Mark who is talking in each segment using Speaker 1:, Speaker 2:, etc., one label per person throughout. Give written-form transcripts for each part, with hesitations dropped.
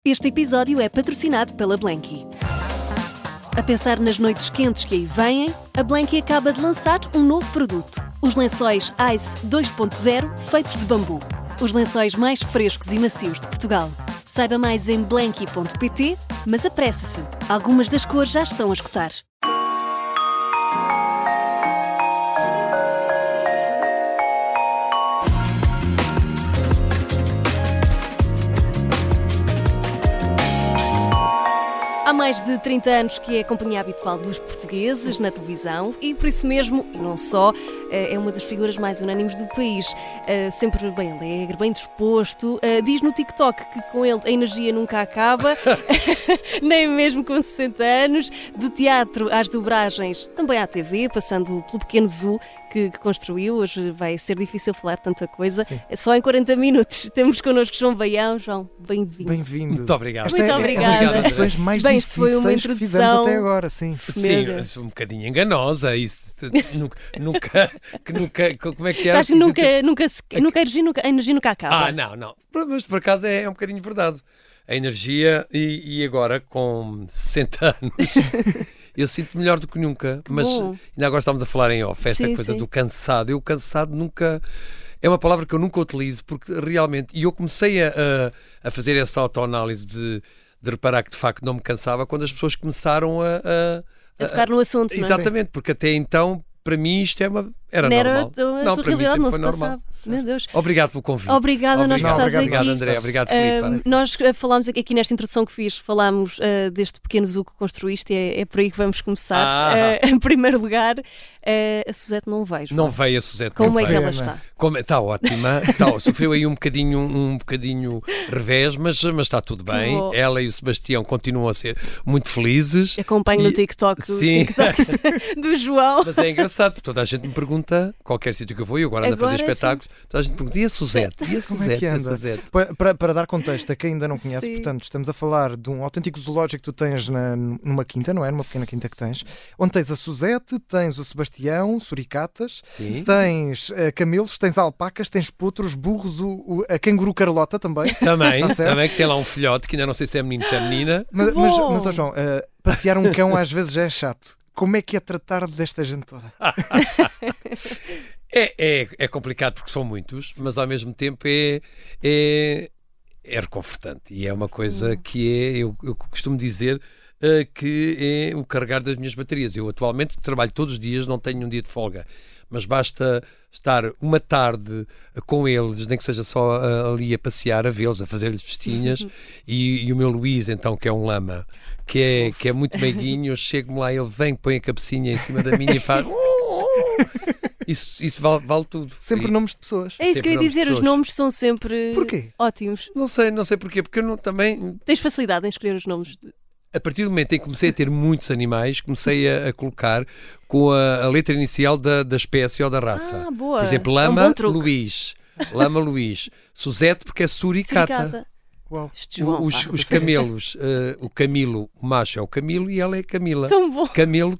Speaker 1: Este episódio é patrocinado pela Blanky. A pensar nas noites quentes que aí vêm, a Blanky acaba de lançar um novo produto. Os lençóis Ice 2.0 feitos de bambu. Os lençóis mais frescos e macios de Portugal. Saiba mais em blanky.pt, mas apresse-se. Algumas das cores já estão a esgotar. Há mais de 30 anos que é a companhia habitual dos portugueses na televisão e, por isso mesmo, e não só, é uma das figuras mais unânimes do país. Sempre bem alegre, bem disposto. Diz no TikTok que com ele a energia nunca acaba, nem mesmo com 60 anos. Do teatro às dobragens, também à TV, passando pelo Pequeno Zoo que construiu. Hoje vai ser difícil falar tanta coisa. Sim. Só em 40 minutos. Temos connosco João Baião. João, bem-vindo.
Speaker 2: Bem-vindo.
Speaker 3: Muito obrigado.
Speaker 1: Muito obrigada.
Speaker 2: É uma das introduções mais
Speaker 1: Bem,
Speaker 2: difíceis
Speaker 1: foi uma introdução...
Speaker 2: que fizemos até agora, sim.
Speaker 3: Sim, um bocadinho enganosa. Isso nunca. Como é que é?
Speaker 1: Acho que a energia nunca acaba.
Speaker 3: Não. Mas por acaso é um bocadinho verdade. A energia, e agora com 60 anos, eu sinto melhor do que nunca. Mas ainda agora estamos a falar em off, esta coisa do cansado. Eu cansado nunca... É uma palavra que eu nunca utilizo, porque realmente... E eu comecei a fazer essa autoanálise de reparar que de facto não me cansava quando as pessoas começaram a
Speaker 1: tocar no assunto, não é?
Speaker 3: Exatamente, porque até então, para mim, isto era normal.
Speaker 1: Não, para mim sempre
Speaker 3: foi normal.
Speaker 1: Meu Deus.
Speaker 3: Obrigado pelo convite.
Speaker 1: Obrigada a nós por estares aqui.
Speaker 3: Obrigado, André. Obrigado, Filipe.
Speaker 1: Nós falámos aqui nesta introdução que fiz, falámos deste pequeno zoo que construíste, é por aí que vamos começar. Em primeiro lugar, a Suzete não veio.
Speaker 3: Não veio a Suzete.
Speaker 1: Como é que ela está?
Speaker 3: Está ótima. Sofreu aí um bocadinho revés, mas está tudo bem. Ela e o Sebastião continuam a ser muito felizes.
Speaker 1: Acompanho no TikTok os TikToks do João.
Speaker 3: Mas é engraçado, porque toda a gente me pergunta, qualquer sítio que eu vou, e agora ando a fazer espetáculos, toda a gente me pergunta, e a Suzete?
Speaker 2: Como é que anda? Para dar contexto a quem ainda não conhece, portanto, estamos a falar de um autêntico zoológico que tu tens numa quinta, não é? Numa pequena quinta que tens, onde tens a Suzete, tens o Sebastião, suricatas, tens camelos, tens alpacas, tens potros, burros, a canguru Carlota também.
Speaker 3: Também, que tem lá um filhote, que ainda não sei se é menino, se é menina.
Speaker 2: Mas João, passear um cão às vezes já é chato. Como é que é tratar desta gente toda?
Speaker 3: É complicado porque são muitos, mas ao mesmo tempo é reconfortante. E é uma coisa que eu costumo dizer que é o carregar das minhas baterias. Eu atualmente trabalho todos os dias, não tenho um dia de folga, mas basta estar uma tarde com eles, nem que seja só ali a passear, a vê-los, a fazer-lhes festinhas, e o meu Luís, então, que é um lama, que é muito meiguinho, eu chego-me lá, ele vem, põe a cabecinha em cima da minha e faz... Isso vale tudo.
Speaker 2: Sempre nomes de pessoas.
Speaker 1: É isso que eu ia dizer, os nomes são sempre ótimos.
Speaker 3: Não sei porquê, porque eu não também...
Speaker 1: Tens facilidade em escolher os nomes?
Speaker 3: A partir do momento em que comecei a ter muitos animais, comecei a colocar com a letra inicial da espécie ou da raça.
Speaker 1: Boa.
Speaker 3: Por exemplo, Lama Luís. Lama Luís. Suzete porque é suricata.
Speaker 2: Uau.
Speaker 3: Os camelos, o Camilo, o macho é o Camilo e ela é Camila.
Speaker 1: Tão bom.
Speaker 3: Camilo.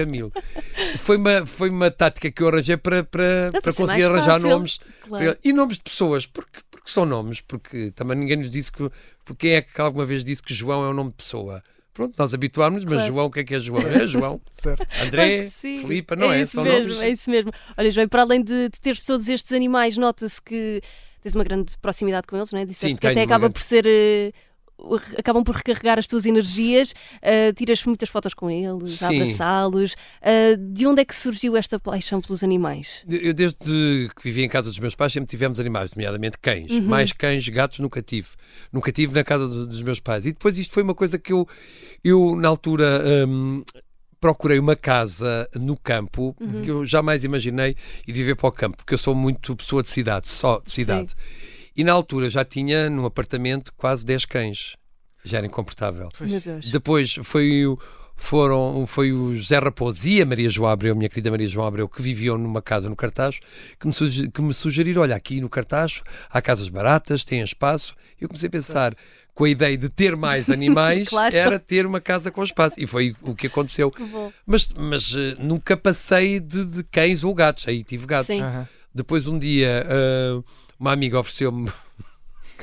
Speaker 3: Foi uma tática que eu arranjei para conseguir arranjar nomes.
Speaker 1: Claro.
Speaker 3: E nomes de pessoas, porque são nomes, porque também ninguém nos disse que... Porque quem é que alguma vez disse que João é um nome de pessoa? Pronto, nós habituámos-nos, mas João, o que é João? É João.
Speaker 2: Certo.
Speaker 3: André, Filipe, não é?
Speaker 1: São nomes. É isso mesmo. Olha, João, para além de teres todos estes animais, nota-se que tens uma grande proximidade com eles, não é? Disseste que até acaba por ser... acabam por recarregar as tuas energias, tiras muitas fotos com eles, a abraçá-los. De onde é que surgiu esta paixão pelos animais?
Speaker 3: Eu desde que vivi em casa dos meus pais sempre tivemos animais, nomeadamente cães. Mais cães, gatos nunca tive. Nunca tive na casa dos meus pais. E depois isto foi uma coisa que eu na altura... procurei uma casa no campo que eu jamais imaginei ir viver para o campo, porque eu sou muito pessoa de cidade, só de cidade. Sim. E na altura já tinha num apartamento quase 10 cães. Já era incomportável.
Speaker 1: Meu Deus.
Speaker 3: Depois foi o José Raposo e a Maria João Abreu, minha querida Maria João Abreu, que viviam numa casa no Cartacho, que me sugeriram, olha, aqui no Cartacho há casas baratas, têm espaço. Eu comecei a pensar... com a ideia de ter mais animais, claro. Era ter uma casa com espaço. E foi o que aconteceu. Que mas nunca passei de cães ou gatos. Aí tive gatos. Depois um dia uma amiga ofereceu-me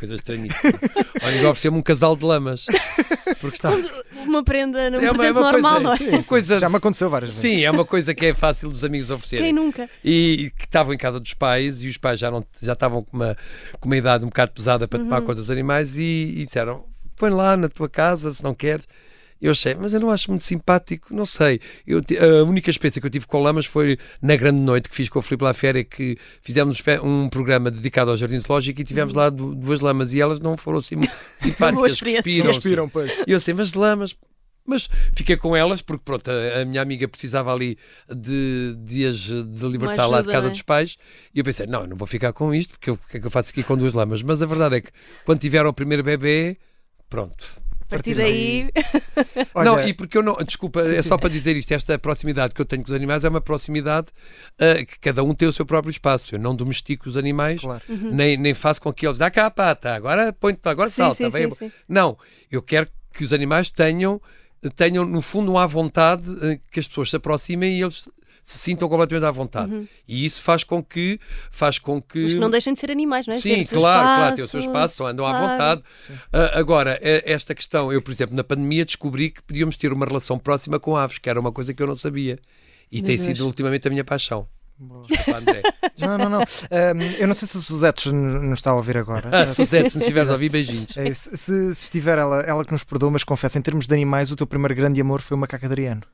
Speaker 3: coisa estranhíssima. O amigo ofereceu-me um casal de lamas. Porque está...
Speaker 1: Uma prenda num presente normal, não é?
Speaker 2: Sim, coisa... Já me aconteceu várias vezes.
Speaker 3: Sim, é uma coisa que é fácil dos amigos oferecerem.
Speaker 1: Quem nunca?
Speaker 3: E que estavam em casa dos pais e os pais já estavam com uma idade um bocado pesada para tomar conta dos animais e disseram, põe lá na tua casa se não queres. Eu achei, mas eu não acho muito simpático, não sei. A única experiência que eu tive com lamas foi na grande noite que fiz com o Filipe Lafera, que fizemos um programa dedicado ao Jardim Zoológico e tivemos lá 2 lamas e elas não foram assim simpáticas, cuspiram.
Speaker 2: Pois.
Speaker 3: E eu assim, mas lamas... Mas fiquei com elas porque, pronto, a minha amiga precisava ali de dias de libertar lá de casa dos pais e eu pensei, não, eu não vou ficar com isto porque o que é que eu faço aqui com 2 lamas? Mas a verdade é que quando tiveram o primeiro bebê, pronto...
Speaker 1: A partir daí...
Speaker 2: Olha...
Speaker 3: Não, e porque eu não... Desculpa,
Speaker 2: sim,
Speaker 3: é só para dizer isto. Esta proximidade que eu tenho com os animais é uma proximidade que cada um tem o seu próprio espaço. Eu não domestico os animais,
Speaker 2: claro.
Speaker 3: nem faço com que eles... Dá cá a pata, agora salta.
Speaker 1: Sim.
Speaker 3: Não, eu quero que os animais tenham no fundo à vontade, que as pessoas se aproximem e eles se sintam completamente à vontade. E isso faz com que...
Speaker 1: Mas que não deixem de ser animais, não é?
Speaker 3: Sim, claro, tem o seu espaço, andam à vontade. Agora, esta questão, eu, por exemplo, na pandemia descobri que podíamos ter uma relação próxima com aves, que era uma coisa que eu não sabia. E tem sido ultimamente a minha paixão. Desculpa, André.
Speaker 2: Não. Eu não sei se a Suzete nos está a ouvir agora.
Speaker 3: Suzete, se estiveres a ouvir, beijinhos.
Speaker 2: Se estiver ela que nos perdoa, mas confessa, em termos de animais, o teu primeiro grande amor foi o macaco Adriano.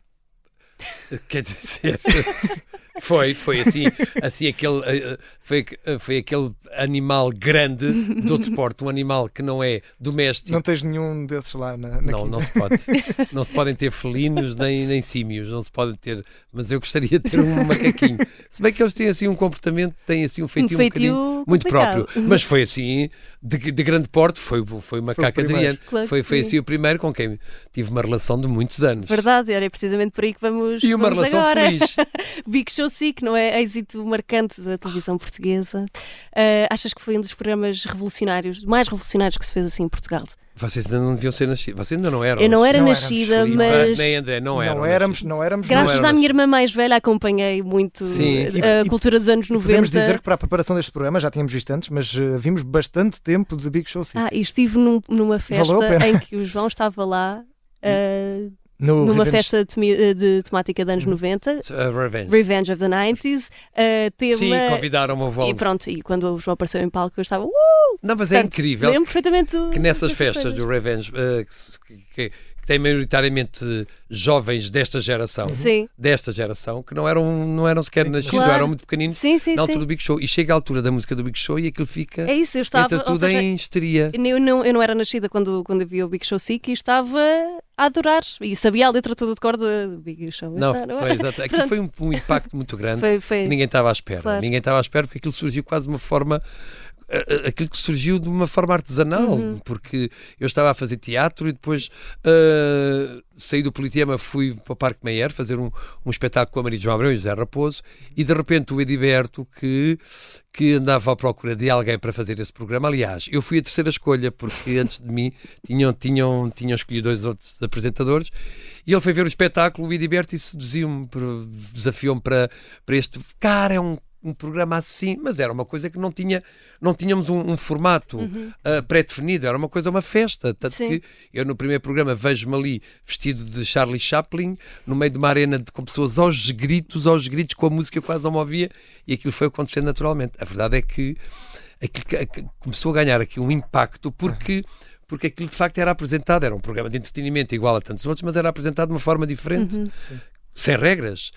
Speaker 3: Quer dizer, foi assim aquele foi aquele animal grande de outro porte, um animal que não é doméstico.
Speaker 2: Não tens nenhum desses lá na
Speaker 3: não se pode. Não se podem ter felinos nem símios, não se podem ter, mas eu gostaria de ter um macaquinho. Se bem que eles têm assim um comportamento, têm assim um feitio um bocadinho muito próprio, mas foi assim de grande porte, foi o macaco Adriano.
Speaker 1: Claro
Speaker 3: foi assim o primeiro com quem tive uma relação de muitos anos.
Speaker 1: Verdade, era precisamente por aí que vamos.
Speaker 3: E uma relação
Speaker 1: agora.
Speaker 3: feliz.
Speaker 1: Big Show Sick, não é? Êxito marcante da televisão portuguesa. Achas que foi um dos programas mais revolucionários que se fez assim em Portugal?
Speaker 3: Vocês ainda não deviam ser nascidos. Vocês ainda não eram.
Speaker 1: Eu não era nascida, mas...
Speaker 3: Nem André, não
Speaker 2: éramos.
Speaker 1: Graças à minha irmã mais velha acompanhei muito a cultura dos anos 90.
Speaker 2: Podemos dizer que para a preparação deste programa, já tínhamos visto antes, mas vimos bastante tempo de Big Show Sick.
Speaker 1: E estive numa festa em que o João estava lá... numa festa de temática de anos 90, Revenge of the 90s, tema...
Speaker 3: Sim, convidaram-me a volta.
Speaker 1: E pronto, e quando o João apareceu em palco eu estava...
Speaker 3: Não, mas é incrível
Speaker 1: lembro perfeitamente
Speaker 3: que nessas festas do Revenge, que tem maioritariamente jovens desta geração, que não eram sequer nascidos, eram muito pequeninos, na altura do Big Show, e chega a altura da música do Big Show e aquilo fica entra tudo em histeria.
Speaker 1: Eu não era nascida quando havia o Big Show Sick e estava a adorar, e sabia a letra toda de cor do Big Show.
Speaker 3: Exato. Aquilo foi um impacto muito grande que ninguém estava à espera.
Speaker 1: Claro.
Speaker 3: Ninguém estava à espera porque aquilo surgiu quase de uma forma... Aquilo que surgiu de uma forma artesanal, porque eu estava a fazer teatro e depois saí do Politeama, fui para o Parque Meyer fazer um espetáculo com a Maria João Abreu e José Raposo, e de repente o Ediberto, que andava à procura de alguém para fazer esse programa, aliás, eu fui a terceira escolha, porque antes de mim tinham escolhido 2 outros apresentadores, e ele foi ver o espetáculo, o Ediberto, e seduziu-me, desafiou-me para este, cara, é um programa assim, mas era uma coisa que não tínhamos um formato pré-definido, era uma festa, tanto que eu no primeiro programa vejo-me ali vestido de Charlie Chaplin, no meio de uma arena com pessoas aos gritos, com a música eu quase não me ouvia, e aquilo foi acontecendo naturalmente. A verdade é que aquilo começou a ganhar aqui um impacto, porque aquilo de facto era apresentado, era um programa de entretenimento igual a tantos outros, mas era apresentado de uma forma diferente. Sem regras,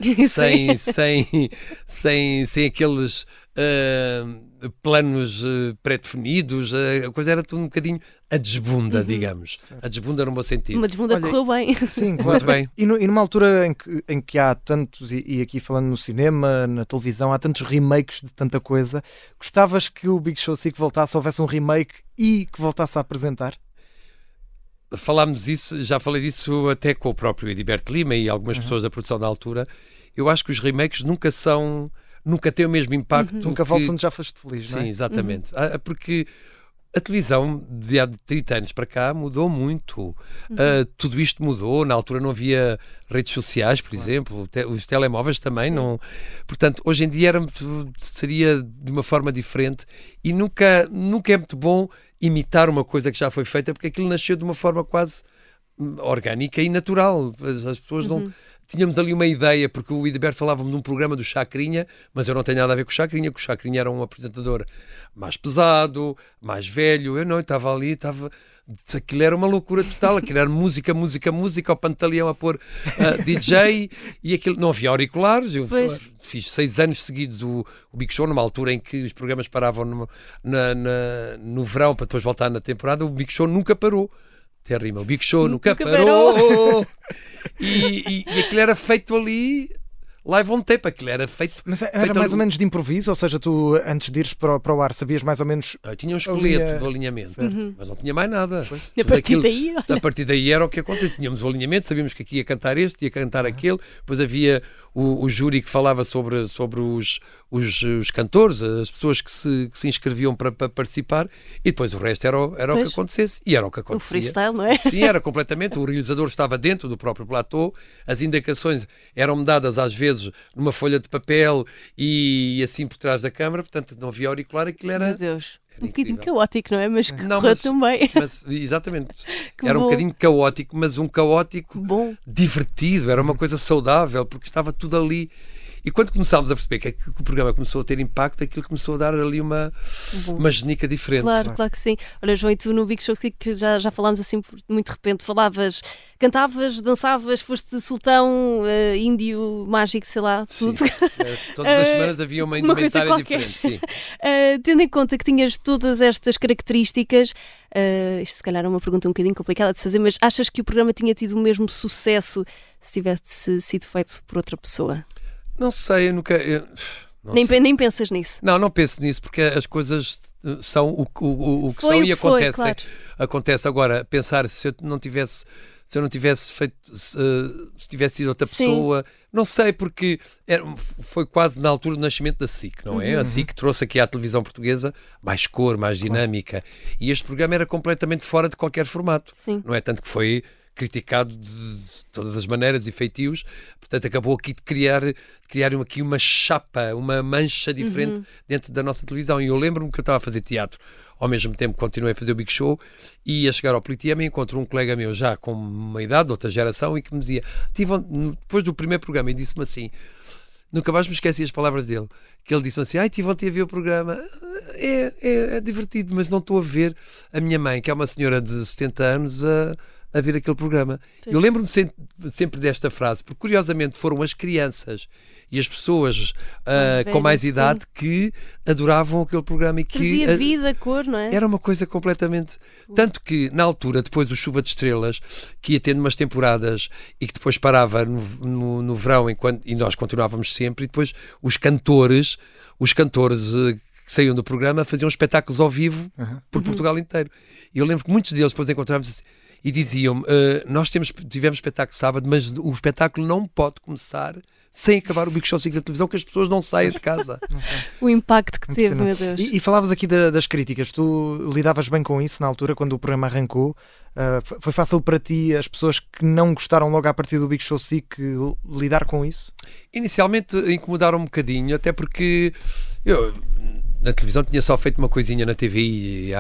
Speaker 3: sem aqueles planos pré-definidos, a coisa era tudo um bocadinho a desbunda, digamos. A desbunda no bom sentido.
Speaker 1: Uma desbunda correu bem.
Speaker 2: Sim,
Speaker 3: muito bem.
Speaker 2: E numa altura em que há tantos, e aqui falando no cinema, na televisão, há tantos remakes de tanta coisa, gostavas que o Big Show Sick voltasse, houvesse um remake e que voltasse a apresentar?
Speaker 3: Falámos isso, já falei disso até com o próprio Ediberto Lima e algumas pessoas da produção da altura. Eu acho que os remakes nunca têm o mesmo impacto.
Speaker 2: Nunca voltam onde já foste feliz, não é?
Speaker 3: Sim, exatamente. Porque A televisão de há 30 anos para cá mudou muito. Tudo isto mudou. Na altura não havia redes sociais, por exemplo. Os telemóveis também não. Portanto, hoje em dia seria de uma forma diferente e nunca é muito bom imitar uma coisa que já foi feita, porque aquilo nasceu de uma forma quase orgânica e natural. As pessoas não... Tínhamos ali uma ideia, porque o Idilberto falava-me de um programa do Chacrinha, mas eu não tenho nada a ver com o Chacrinha, porque o Chacrinha era um apresentador mais pesado, mais velho. Eu não, estava ali, aquilo era uma loucura total, aquilo era música, ao Pantaleão a pôr DJ, e aquilo não havia auriculares. Eu fiz 6 anos seguidos o Big Show, numa altura em que os programas paravam no verão para depois voltar na temporada. O Big Show nunca parou. Até rima, o Big Show nunca parou. E aquilo era feito ali live on tape, aquilo era feito.
Speaker 2: Mas era mais ou menos de improviso, ou seja, tu antes de ires para o ar sabias mais ou menos.
Speaker 3: Eu tinha um esqueleto do alinhamento, mas não tinha mais nada.
Speaker 1: A
Speaker 3: partir daí era o que acontecia. Tínhamos o alinhamento, sabíamos que aqui ia cantar este, ia cantar aquele, depois havia o júri que falava sobre os cantores, as pessoas que se inscreviam para participar, e depois o resto era o que acontecesse, e era o que acontecia.
Speaker 1: O freestyle, não é?
Speaker 3: Sim, era completamente. O realizador estava dentro do próprio platô, as indicações eram-me dadas às vezes numa folha de papel e assim por trás da câmara, portanto não havia auricular, aquilo era...
Speaker 1: Meu Deus. Um bocadinho caótico, não é? Mas correu também.
Speaker 3: Exatamente. Era um bocadinho caótico, mas um caótico
Speaker 1: bom,
Speaker 3: divertido, era uma coisa saudável, porque estava tudo ali. E quando começámos a perceber que o programa começou a ter impacto, aquilo começou a dar ali uma genica diferente.
Speaker 1: Claro que sim. Olha, João, e tu no Big Show, que já falámos assim muito de repente, cantavas, dançavas, foste sultão, índio, mágico, sei lá, tudo.
Speaker 3: Sim. Todas as semanas havia uma indumentária diferente. Sim.
Speaker 1: Tendo em conta que tinhas todas estas características, isto se calhar é uma pergunta um bocadinho complicada de se fazer, mas achas que o programa tinha tido o mesmo sucesso se tivesse sido feito por outra pessoa?
Speaker 3: Não sei, eu nunca...
Speaker 1: Nem pensas nisso?
Speaker 3: Não penso nisso, porque as coisas são o que são e acontecem.
Speaker 1: Claro.
Speaker 3: Acontece agora, pensar se eu não tivesse feito, se tivesse sido outra pessoa, não sei, porque foi quase na altura do nascimento da SIC, não é? A SIC trouxe aqui à televisão portuguesa mais cor, mais dinâmica, e este programa era completamente fora de qualquer formato.
Speaker 1: Sim.
Speaker 3: Não é? Tanto que foi criticado de todas as maneiras e feitios, portanto acabou aqui de criar aqui uma chapa, uma mancha diferente dentro da nossa televisão. E eu lembro-me que eu estava a fazer teatro, ao mesmo tempo que continuei a fazer o Big Show, e ia chegar ao Politeama e encontro um colega meu já com uma idade, de outra geração, e que me dizia, depois do primeiro programa, e disse-me assim, nunca mais me esqueci as palavras dele, que ele disse-me assim, tive ontem a ver o programa, é divertido, mas não estou a ver a minha mãe, que é uma senhora de 70 anos, a ver aquele programa. Eu lembro-me sempre desta frase, porque curiosamente foram as crianças e as pessoas com mais idade que adoravam aquele programa e que
Speaker 1: trazia vida, cor, não é?
Speaker 3: Era uma coisa completamente... Tanto que na altura, depois do Chuva de Estrelas, que ia tendo umas temporadas e que depois parava no verão e nós continuávamos sempre, e depois os cantores que saíam do programa faziam espetáculos ao vivo por Portugal inteiro. E eu lembro que muitos deles depois encontrávamos assim, e diziam-me, nós tivemos espetáculo sábado, mas o espetáculo não pode começar sem acabar o Big Show 5 da televisão, que as pessoas não saiam de casa.
Speaker 1: O impacto que teve, meu Deus.
Speaker 2: E falavas aqui das críticas, tu lidavas bem com isso na altura, quando o programa arrancou? Foi fácil para ti, as pessoas que não gostaram logo à partida do Big Show 5, lidar com isso? Inicialmente
Speaker 3: incomodaram um bocadinho, até porque eu na televisão tinha só feito uma coisinha na TV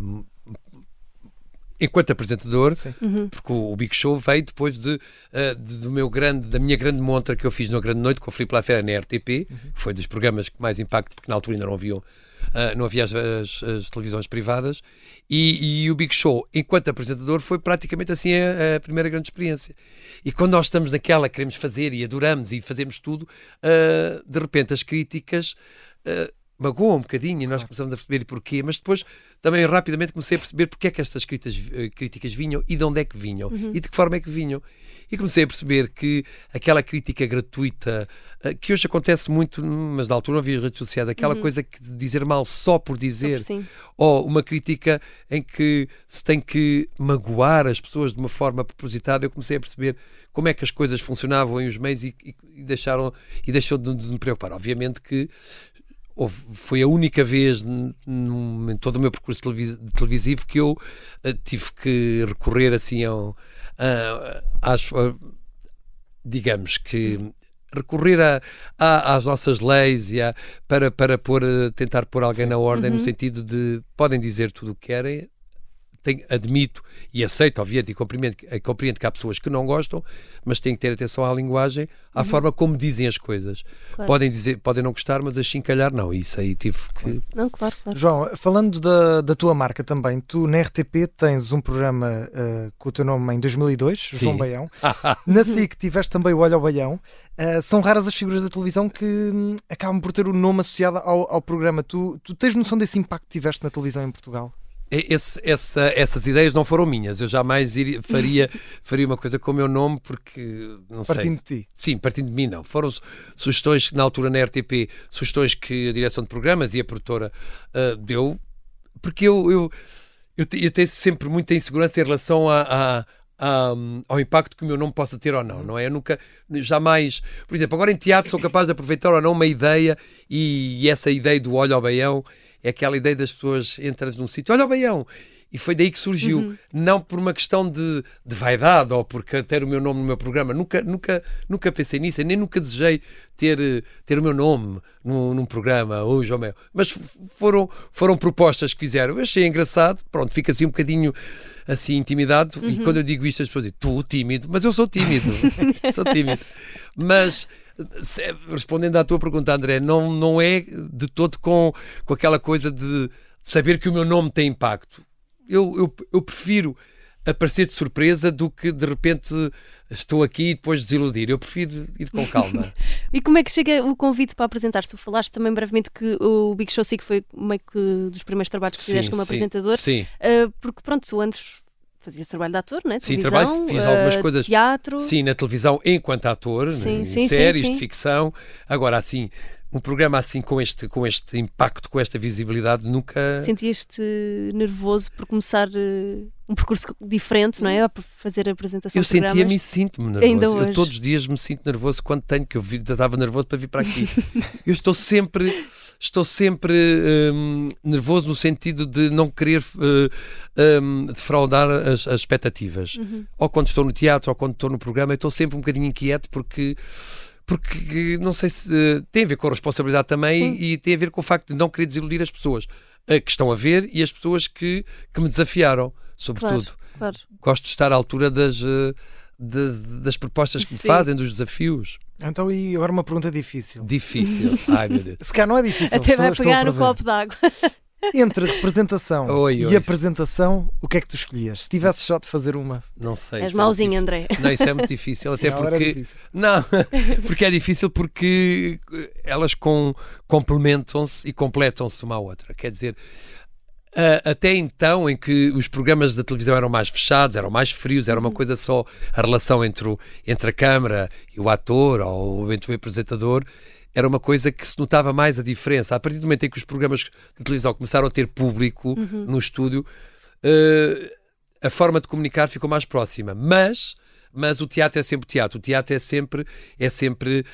Speaker 3: enquanto apresentador, porque o Big Show veio depois da minha grande montra que eu fiz na Grande Noite com o Filipe Lafera na RTP, que foi dos programas que mais impacto, porque na altura ainda não havia as televisões privadas, e o Big Show, enquanto apresentador, foi praticamente assim a primeira grande experiência. E quando nós estamos naquela, queremos fazer e adoramos e fazemos tudo, de repente as críticas... magoa um bocadinho e nós começamos a perceber porquê, mas depois também rapidamente comecei a perceber porque é que estas críticas vinham e de onde é que vinham e de que forma é que vinham. E comecei a perceber que aquela crítica gratuita, que hoje acontece muito, mas na altura não havia redes sociais, aquela coisa de dizer mal só por dizer, ou uma crítica em que se tem que magoar as pessoas de uma forma propositada, eu comecei a perceber como é que as coisas funcionavam em os meios e deixou de me preocupar. Obviamente que foi a única vez em todo o meu percurso televisivo que eu tive que recorrer assim digamos que recorrer às nossas leis para tentar pôr alguém na ordem, no sentido de podem dizer tudo o que querem. Admito e aceito, obviamente, e compreendo que há pessoas que não gostam, mas têm que ter atenção à linguagem, à forma como dizem as coisas. Claro. Podem não gostar, mas calhar não. Isso aí tive que...
Speaker 1: Não, claro.
Speaker 2: João, falando da tua marca também, tu na RTP tens um programa com o teu nome em 2002, Sim. João Baião. Na SIC tiveste também o Olha ao Baião. São raras as figuras da televisão que acabam por ter o nome associado ao programa. Tu tens noção desse impacto que tiveste na televisão em Portugal?
Speaker 3: Essas ideias não foram minhas. Eu jamais faria uma coisa com o meu nome, porque não sei.
Speaker 2: Partindo de ti?
Speaker 3: Sim, partindo de mim não. Foram sugestões que na altura na RTP, sugestões que a direção de programas e a produtora deu, porque eu tenho sempre muita insegurança em relação ao impacto que o meu nome possa ter ou não é? Eu jamais... Por exemplo, agora em teatro sou capaz de aproveitar ou não uma ideia, e essa ideia do Olha ao Baião é aquela ideia das pessoas entras num sítio, olha o Baião, e foi daí que surgiu, não por uma questão de vaidade ou por ter o meu nome no meu programa, nunca pensei nisso, nem nunca desejei ter o meu nome num programa, ou João Baião, mas foram propostas que fizeram, eu achei engraçado, pronto, fica assim um bocadinho assim intimidado, e quando eu digo isto as pessoas dizem, tu tímido, mas eu sou tímido, mas... Respondendo à tua pergunta, André, não é de todo com aquela coisa de saber que o meu nome tem impacto. Eu prefiro aparecer de surpresa do que de repente estou aqui e depois desiludir. Eu prefiro ir com calma.
Speaker 1: E como é que chega o convite para apresentar-te? Tu falaste também brevemente que o Big Show SIC foi meio que dos primeiros trabalhos que fizeste como apresentador.
Speaker 3: Sim.
Speaker 1: Porque pronto, tu antes fazias trabalho de ator, não é?
Speaker 3: Sim,
Speaker 1: televisão,
Speaker 3: fiz algumas coisas.
Speaker 1: Teatro.
Speaker 3: Sim, na televisão enquanto ator, em séries de ficção. Agora, assim, um programa assim com este impacto, com esta visibilidade, nunca...
Speaker 1: Sentias-te nervoso por começar um percurso diferente, não é? A fazer a apresentação de programas?
Speaker 3: Eu sinto-me nervoso.
Speaker 1: Ainda hoje.
Speaker 3: Eu todos os dias me sinto nervoso quando tenho, que eu estava nervoso para vir para aqui. Eu estou sempre nervoso no sentido de não querer defraudar as expectativas. Ou quando estou no teatro, ou quando estou no programa, eu estou sempre um bocadinho inquieto porque não sei se tem a ver com a responsabilidade também. Sim. E tem a ver com o facto de não querer desiludir as pessoas que estão a ver e as pessoas que me desafiaram, sobretudo.
Speaker 1: Claro.
Speaker 3: Gosto de estar à altura das propostas que me fazem, dos desafios.
Speaker 2: Então, e agora uma pergunta difícil.
Speaker 3: Ai, meu Deus.
Speaker 2: Se calhar não é difícil.
Speaker 1: Até vai pegar no copo d'água.
Speaker 2: Entre representação e apresentação, o que é que tu escolhias? Se tivesses só de fazer uma.
Speaker 3: Não sei.
Speaker 1: És mauzinho, André.
Speaker 3: Não, isso é muito difícil. Até porque... Não, porque é difícil porque elas complementam-se e completam-se uma à outra. Quer dizer... até então, em que os programas da televisão eram mais fechados, eram mais frios, era uma coisa só a relação entre a câmara e o ator ou o apresentador, era uma coisa que se notava mais a diferença. A partir do momento em que os programas de televisão começaram a ter público no estúdio, a forma de comunicar ficou mais próxima. Mas o teatro é sempre teatro. O teatro é sempre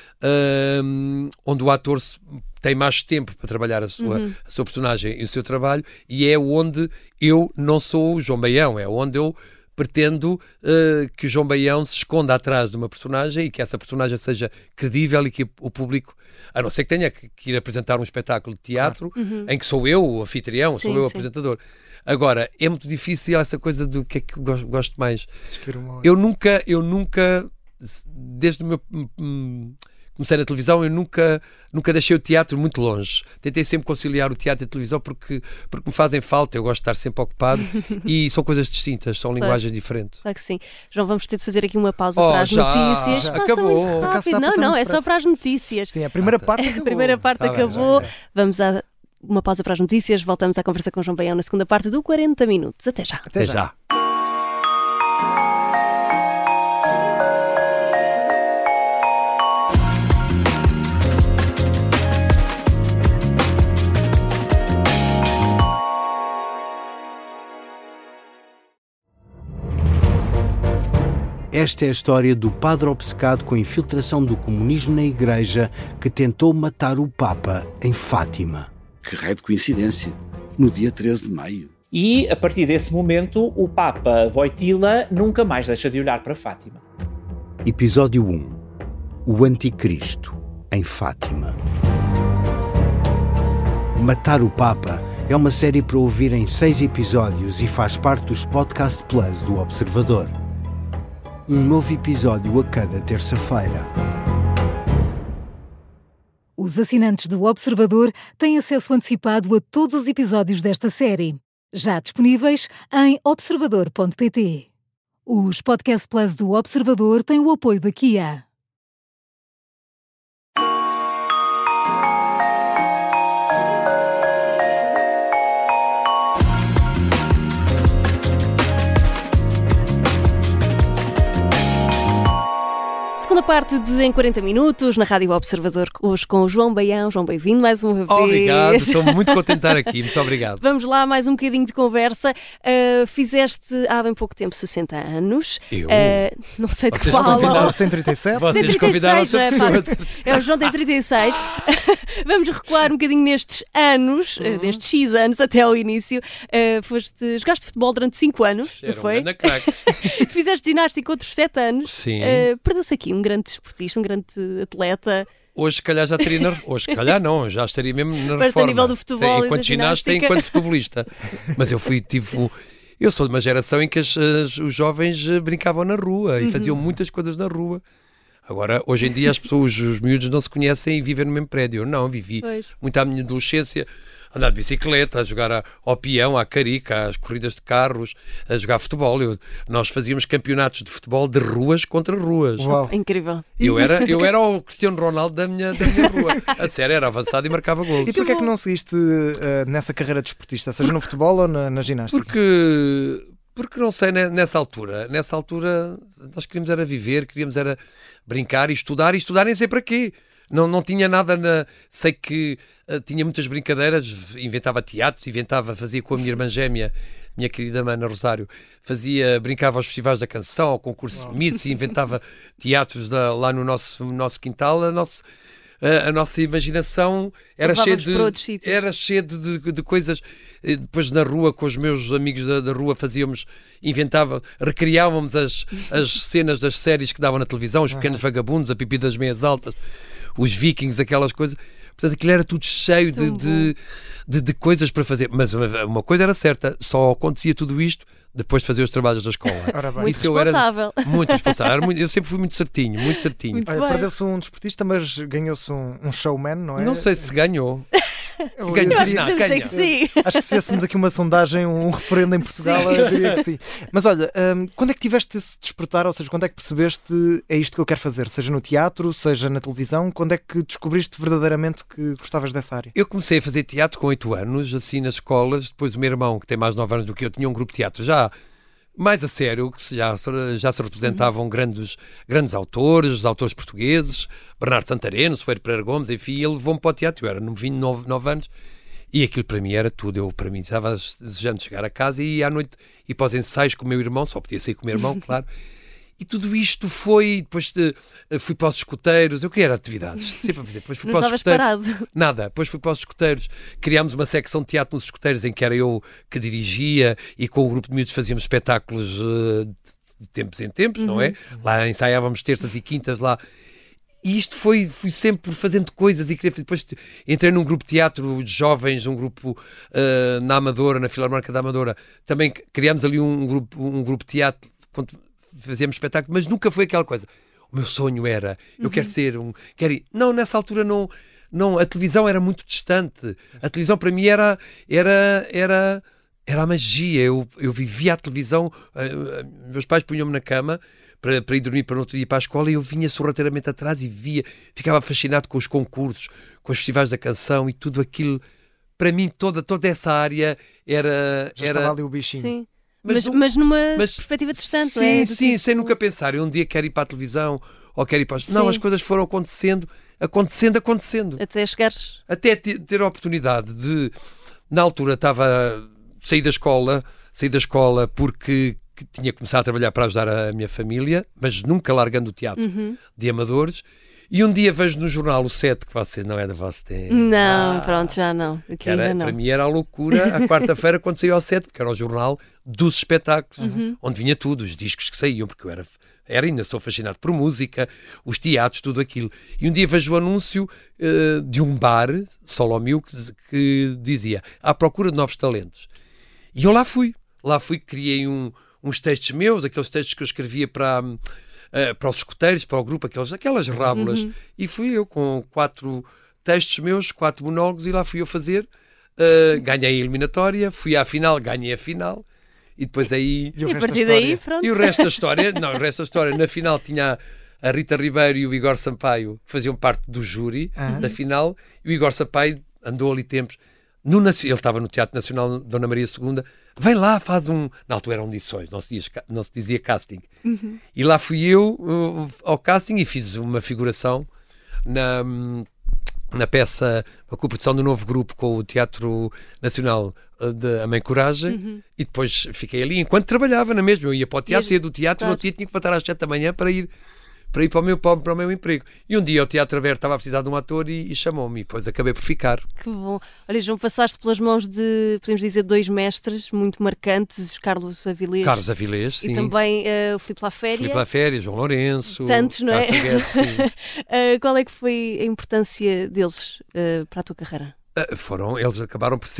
Speaker 3: onde o ator tem mais tempo para trabalhar a sua personagem e o seu trabalho, e é onde eu não sou o João Baião, é onde eu pretendo que o João Baião se esconda atrás de uma personagem e que essa personagem seja credível e que o público, a não ser que tenha que ir apresentar um espetáculo de teatro em que sou eu o anfitrião, sou eu o apresentador. Agora, é muito difícil essa coisa do que é que eu gosto mais. Eu nunca, desde o meu... comecei na televisão, eu nunca deixei o teatro muito longe. Tentei sempre conciliar o teatro e a televisão porque me fazem falta, eu gosto de estar sempre ocupado e são coisas distintas, são linguagens diferentes.
Speaker 1: Claro que sim. João, vamos ter de fazer aqui uma pausa para as notícias.
Speaker 3: Já acabou.
Speaker 1: Muito rápido. Não, é só para as notícias.
Speaker 2: Sim, a primeira parte acabou.
Speaker 1: A primeira parte acabou. Vamos a uma pausa para as notícias, voltamos à conversa com João Baião na segunda parte do 40 Minutos. Até já.
Speaker 3: Até já.
Speaker 4: Esta é a história do padre obcecado com a infiltração do comunismo na Igreja que tentou matar o Papa em Fátima.
Speaker 5: Que raio de coincidência, no dia 13 de maio.
Speaker 6: E, a partir desse momento, o Papa Wojtyla nunca mais deixa de olhar para Fátima.
Speaker 4: Episódio 1. O Anticristo, em Fátima. Matar o Papa é uma série para ouvir em 6 episódios e faz parte dos Podcast Plus do Observador. Um novo episódio a cada terça-feira.
Speaker 7: Os assinantes do Observador têm acesso antecipado a todos os episódios desta série, já disponíveis em observador.pt. Os Podcast Plus do Observador têm o apoio da Kia.
Speaker 1: Segunda parte de Em 40 Minutos, na Rádio Observador, hoje com o João Baião. João, bem-vindo mais uma vez.
Speaker 3: Obrigado, estou muito contente de estar aqui, muito obrigado.
Speaker 1: Vamos lá, mais um bocadinho de conversa. Fizeste há bem pouco tempo 60 anos.
Speaker 3: Eu?
Speaker 1: Não sei de
Speaker 3: Vocês
Speaker 1: qual.
Speaker 3: convidaram-
Speaker 2: Tem 37?
Speaker 3: Vocês
Speaker 1: Tem 36,
Speaker 3: convidaram outra
Speaker 1: não é,
Speaker 3: pessoa.
Speaker 1: facto? É, o João tem 36. Vamos recuar um bocadinho nestes anos, nestes X anos, até ao início. Jogaste futebol durante 5 anos, não
Speaker 3: Era um
Speaker 1: foi?
Speaker 3: grande craque.
Speaker 1: Fizeste ginástica com outros 7 anos.
Speaker 3: Sim.
Speaker 1: Perdeu-se aqui um grande desportista, um grande atleta.
Speaker 3: Hoje, se calhar, já estaria hoje, se calhar, não, já estaria mesmo na
Speaker 1: Mas a
Speaker 3: reforma.
Speaker 1: nível do futebol e
Speaker 3: enquanto
Speaker 1: da
Speaker 3: ginasta e
Speaker 1: ginástica.
Speaker 3: enquanto futebolista. Mas eu sou de uma geração em que os jovens brincavam na rua e faziam muitas coisas na rua. Agora, hoje em dia, as pessoas, os miúdos não se conhecem e vivem no mesmo prédio. Eu não, vivi
Speaker 1: Pois.
Speaker 3: muito à minha adolescência, andar de bicicleta, a jogar ao peão, à carica, às corridas de carros, a jogar futebol. Nós fazíamos campeonatos de futebol de ruas contra ruas.
Speaker 2: Uau.
Speaker 1: Incrível.
Speaker 3: Eu era o Cristiano Ronaldo da minha rua. A sério, era avançado e marcava golos.
Speaker 2: E porquê é que não seguiste nessa carreira de esportista, seja no futebol ou na ginástica?
Speaker 3: Porque não sei, nessa altura nós queríamos era viver, queríamos era brincar e estudar nem sei para quê. Não tinha nada sei que tinha muitas brincadeiras, inventava teatros, fazia com a minha irmã gêmea, minha querida Ana Rosário, brincava aos festivais da canção, ao concurso de Miss, e inventava teatros lá no nosso quintal. A nossa imaginação era cheia de coisas. Depois na rua, com os meus amigos da rua, recriávamos as cenas das séries que davam na televisão, os Pequenos Vagabundos, a Pipi das Meias Altas, os Vikings, aquelas coisas. Portanto, aquilo era tudo cheio de coisas para fazer. Mas uma coisa era certa, só acontecia tudo isto depois de fazer os trabalhos da escola.
Speaker 2: Ora bem.
Speaker 1: Muito responsável.
Speaker 3: Muito responsável. Eu sempre fui muito certinho, muito certinho.
Speaker 1: Muito
Speaker 2: Olha,
Speaker 1: bem.
Speaker 2: perdeu-se um desportista, mas ganhou-se um showman, não é?
Speaker 3: Não sei se ganhou.
Speaker 2: Eu
Speaker 3: Ganhou.
Speaker 1: Eu acho que
Speaker 3: Não,
Speaker 1: podemos dizer
Speaker 3: ganha.
Speaker 1: que sim.
Speaker 2: Acho que se fizéssemos aqui uma sondagem, um referendo em Portugal, eu diria que sim. Mas olha, quando é que tiveste esse despertar, ou seja, quando é que percebeste é isto que eu quero fazer? Seja no teatro, seja na televisão, quando é que descobriste verdadeiramente que gostavas dessa área?
Speaker 3: Eu comecei a fazer teatro com 8 anos, assim nas escolas. Depois o meu irmão, que tem mais 9 anos do que eu, tinha um grupo de teatro já mais a sério, que já se representavam grandes autores portugueses, Bernardo Santareno, Soeiro Pereira Gomes, enfim, ele levou-me para o teatro. Eu era novinho, 9 anos, e aquilo para mim era tudo. Para mim estava desejando chegar a casa e à noite ir para os ensaios com o meu irmão, só podia sair com o meu irmão, claro. E tudo isto foi, depois fui para os escuteiros, eu queria atividades, sempre a fazer, depois fui
Speaker 1: Não
Speaker 3: para os
Speaker 1: estavas
Speaker 3: escuteiros.
Speaker 1: parado.
Speaker 3: Nada, depois fui para os escuteiros, criámos uma secção de teatro nos escuteiros em que era eu que dirigia e com o grupo de miúdos fazíamos espetáculos de tempos em tempos, não é? Lá ensaiávamos terças e quintas lá. E isto fui sempre fazendo coisas e depois entrei num grupo de teatro de jovens, um grupo na Amadora, na Filarmónica da Amadora. Também criámos ali um grupo de teatro, fazíamos espetáculo, mas nunca foi aquela coisa. O meu sonho era, eu quero ser Não, nessa altura não, a televisão era muito distante. A televisão para mim era a magia. Eu vivia a televisão, meus pais punham-me na cama para ir dormir para no outro dia para a escola e eu vinha sorrateiramente atrás e ficava fascinado com os concursos, com os festivais da canção e tudo aquilo. Para mim toda essa área era...
Speaker 2: Estava ali o bichinho.
Speaker 1: Sim. Mas numa perspectiva distante,
Speaker 3: sim,
Speaker 1: não é?
Speaker 3: Sim, sem nunca pensar. Eu um dia quero ir para a televisão ou quero ir para... Não, as coisas foram acontecendo.
Speaker 1: Até chegares...
Speaker 3: Até ter a oportunidade de... Na altura saí da escola porque que tinha começado a trabalhar para ajudar a minha família, mas nunca largando o teatro de amadores. E um dia vejo no jornal o 7, que você não é da vossa tempo.
Speaker 1: Não, pronto, já não.
Speaker 3: Para mim era a loucura a quarta-feira quando saiu ao 7, porque era o jornal dos espetáculos, onde vinha tudo, os discos que saíam, porque eu ainda sou fascinado por música, os teatros, tudo aquilo. E um dia vejo o anúncio de um bar, Solomil, que dizia, à procura de novos talentos. E eu lá fui, criei uns textos meus, aqueles textos que eu escrevia para os escuteiros, para o grupo, aquelas rábulas, e fui eu com 4 textos meus, 4 monólogos, e lá fui eu fazer, ganhei a eliminatória, fui à final, ganhei a final, e depois aí...
Speaker 1: E a partir daí, pronto.
Speaker 3: E o resto da história, na final tinha a Rita Ribeiro e o Igor Sampaio, que faziam parte do júri da final, e o Igor Sampaio andou ali tempos, ele estava no Teatro Nacional Dona Maria II, vem lá, faz na altura eram audições, não se dizia casting, e lá fui eu ao casting e fiz uma figuração na peça, a coprodução do novo grupo com o Teatro Nacional de A Mãe Coragem, e depois fiquei ali enquanto trabalhava na mesma. Eu ia para o teatro, saía do teatro, claro. E no dia tinha que levantar às 7 da manhã para ir para o meu emprego. E um dia o Teatro Aberto estava a precisar de um ator e chamou-me, e depois acabei por ficar.
Speaker 1: Que bom. Olha, João, passaste pelas mãos de, podemos dizer, 2 mestres muito marcantes, Carlos Avilés.
Speaker 3: Carlos Avilés, sim.
Speaker 1: E também o Filipe Laféria.
Speaker 3: Filipe Laféria, João Lourenço.
Speaker 1: Tantos, não é?
Speaker 3: Guedes, sim.
Speaker 1: Qual é que foi a importância deles para a tua carreira?
Speaker 3: Eles acabaram por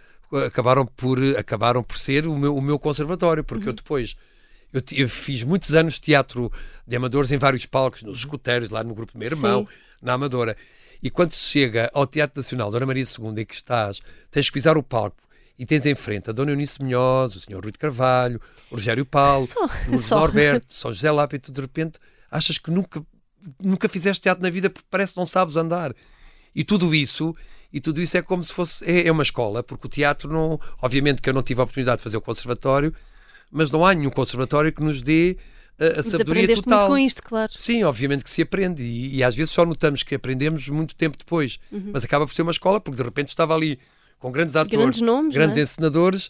Speaker 3: ser o meu conservatório, porque eu depois... Eu fiz muitos anos de teatro de amadores em vários palcos, nos escuteiros, lá no grupo do meu irmão, na Amadora. E quando se chega ao Teatro Nacional Dona Maria II, em que tens que pisar o palco e tens em frente a Dona Eunice Munhoz, o Sr. Rui de Carvalho, o Rogério Paulo, o Lourdes Norberto, São José Lápio, e tu de repente achas que nunca fizeste teatro na vida porque parece que não sabes andar. E tudo isso é como se fosse... É uma escola, porque o teatro não... Obviamente que eu não tive a oportunidade de fazer o conservatório, mas não há nenhum conservatório que nos dê a sabedoria total.
Speaker 1: Muito com isto, claro.
Speaker 3: Sim, obviamente que se aprende e às vezes só notamos que aprendemos muito tempo depois, mas acaba por ser uma escola, porque de repente estava ali com grandes atores,
Speaker 1: grandes nomes,
Speaker 3: grandes encenadores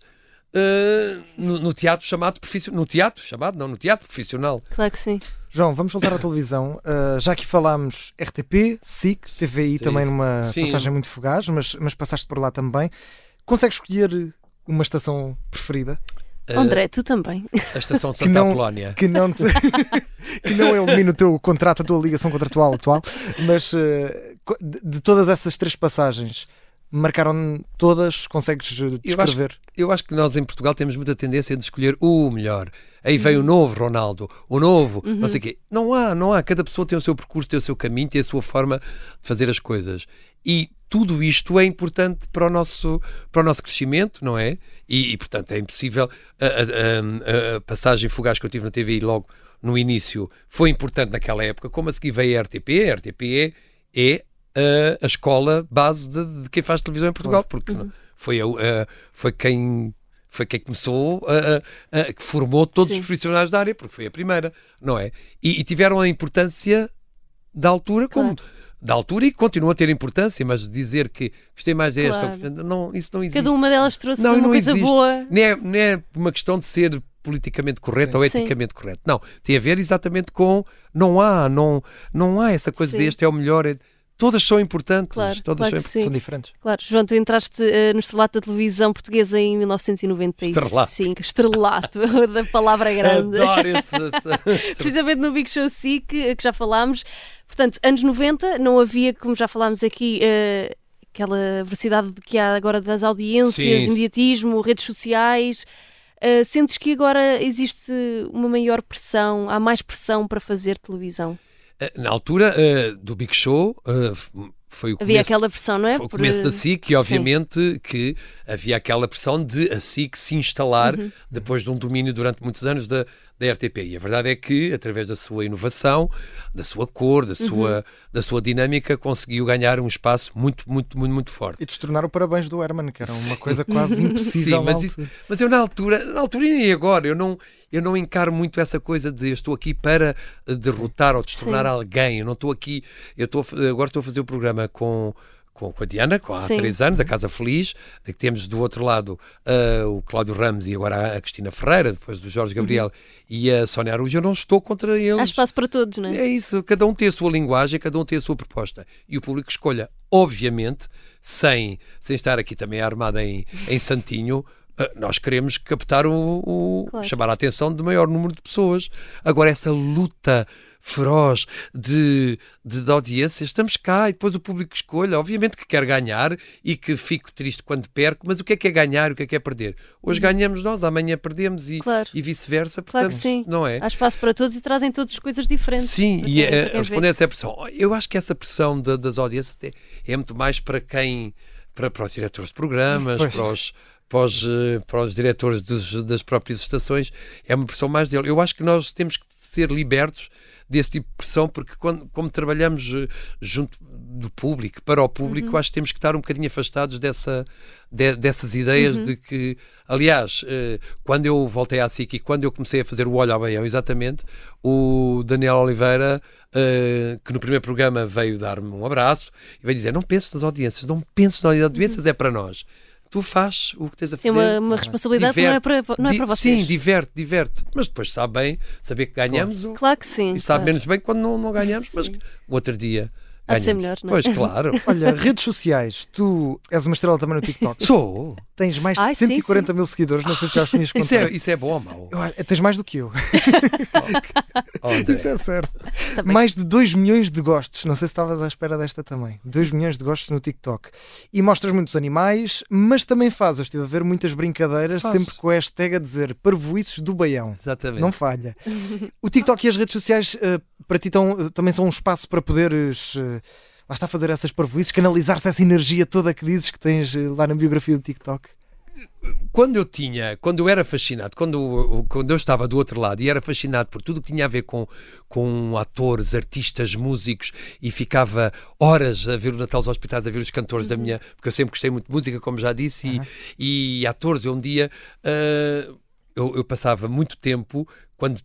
Speaker 3: no teatro chamado profissional. No teatro profissional.
Speaker 1: Claro que sim.
Speaker 2: João, vamos voltar à televisão. Já aqui falámos RTP, SIC, TVI também numa passagem muito fugaz, mas passaste por lá também. Consegues escolher uma estação preferida?
Speaker 1: André, tu também.
Speaker 3: A estação de Santa Apolónia.
Speaker 2: Que não elimine o teu contrato, a tua ligação contratual atual, mas de todas essas 3 passagens, marcaram todas? Consegues descrever?
Speaker 3: Eu acho que nós em Portugal temos muita tendência de escolher o melhor. Aí vem o novo Ronaldo, o novo, não sei o quê. Não há. Cada pessoa tem o seu percurso, tem o seu caminho, tem a sua forma de fazer as coisas. E tudo isto é importante para o nosso crescimento, não é? E portanto, é impossível. A passagem fugaz que eu tive na TVI logo no início foi importante naquela época, como a seguir veio a RTP. A RTP é a escola base de quem faz televisão em Portugal, porque foi quem começou, que formou todos os profissionais da área, porque foi a primeira, não é? E tiveram a importância da altura, da altura, e continua a ter importância, mas dizer que gostei mais desta, não, isso não existe.
Speaker 1: Cada uma delas trouxe uma coisa boa.
Speaker 3: Não é uma questão de ser politicamente correto ou eticamente correto. Não, tem a ver exatamente com não há essa coisa de este é o melhor. Todas são importantes,
Speaker 2: são diferentes.
Speaker 1: Claro, João, tu entraste no estrelato da televisão portuguesa em 1995. Estrelato, da palavra grande.
Speaker 3: Adoro esse.
Speaker 1: Precisamente no Big Show SIC, que já falámos. Portanto, anos 90, não havia, como já falámos aqui, aquela velocidade que há agora das audiências, imediatismo, redes sociais. Sentes que agora existe uma maior pressão, há mais pressão para fazer televisão?
Speaker 3: Na altura do Big Show foi o começo,
Speaker 1: havia aquela pressão, não é?
Speaker 3: Foi o começo da SIC, e obviamente que havia aquela pressão de a SIC se instalar depois de um domínio durante muitos anos da RTP. E a verdade é que, através da sua inovação, da sua cor, da sua dinâmica, conseguiu ganhar um espaço muito, muito, muito, muito forte.
Speaker 2: E destornar o Parabéns do Herman, que era uma coisa quase impossível.
Speaker 3: Mas eu na altura e agora, eu não encaro muito essa coisa de estou aqui para derrotar ou destornar alguém. Eu não estou aqui, agora estou a fazer o programa com com a Diana, há 3 anos, a Casa Feliz, que temos do outro lado o Cláudio Ramos e agora a Cristina Ferreira, depois do Jorge Gabriel e a Sónia Arujo. Eu não estou contra eles.
Speaker 1: Há espaço para todos, não é?
Speaker 3: É isso, cada um tem a sua linguagem, cada um tem a sua proposta. E o público escolha, obviamente, sem estar aqui também armado em santinho. Nós queremos captar chamar a atenção de maior número de pessoas. Agora, essa luta feroz de audiências, estamos cá e depois o público escolha. Obviamente que quer ganhar e que fico triste quando perco, mas o que é ganhar e o que é perder? Hoje ganhamos nós, amanhã perdemos e vice-versa. Portanto,
Speaker 1: claro que sim.
Speaker 3: Não é?
Speaker 1: Há espaço para todos e trazem todas coisas diferentes.
Speaker 3: Sim, e responder a essa pressão. Eu acho que essa pressão das audiências é muito mais para os diretores de programas, para os diretores das próprias estações, é uma pressão mais dele. Eu acho que nós temos que ser libertos desse tipo de pressão, porque como trabalhamos junto do público, para o público, acho que temos que estar um bocadinho afastados dessas ideias de que, aliás, quando eu voltei à SIC e quando eu comecei a fazer o Olho ao Baião, exatamente, o Daniel Oliveira, que no primeiro programa veio dar-me um abraço e veio dizer, não penses nas audiências, é para nós. Tu fazes o que tens a fazer.
Speaker 1: Tem uma responsabilidade, não é para vocês.
Speaker 3: Sim, diverte. Mas depois sabe bem saber que ganhamos.
Speaker 1: Claro que sim.
Speaker 3: E sabe menos bem quando não ganhamos, mas o outro dia
Speaker 1: há de ser melhor, não é?
Speaker 3: Pois, claro.
Speaker 2: Olha, redes sociais, tu és uma estrela também no TikTok.
Speaker 3: Sou.
Speaker 2: Tens mais de 140 mil seguidores, não sei se já os tinhas contado.
Speaker 3: Isso é bom ou mau?
Speaker 2: Tens mais do que eu.
Speaker 3: André.
Speaker 2: Isso é certo. Mais de 2 milhões de gostos, não sei se estavas à espera desta também. 2 milhões de gostos no TikTok. E mostras muitos animais, mas também eu estive a ver muitas brincadeiras, sempre com a hashtag a dizer parvoices do Baião.
Speaker 3: Exatamente.
Speaker 2: Não falha. O TikTok e as redes sociais para ti também são um espaço para poderes... lá está a fazer essas parvoices, canalizar-se essa energia toda que dizes que tens lá na biografia do TikTok?
Speaker 3: Quando eu era fascinado, quando eu estava do outro lado e era fascinado por tudo o que tinha a ver com atores, artistas, músicos, e ficava horas a ver o Natal aos Hospitais, a ver os cantores da minha... Porque eu sempre gostei muito de música, como já disse, e atores. Um dia eu passava muito tempo, quando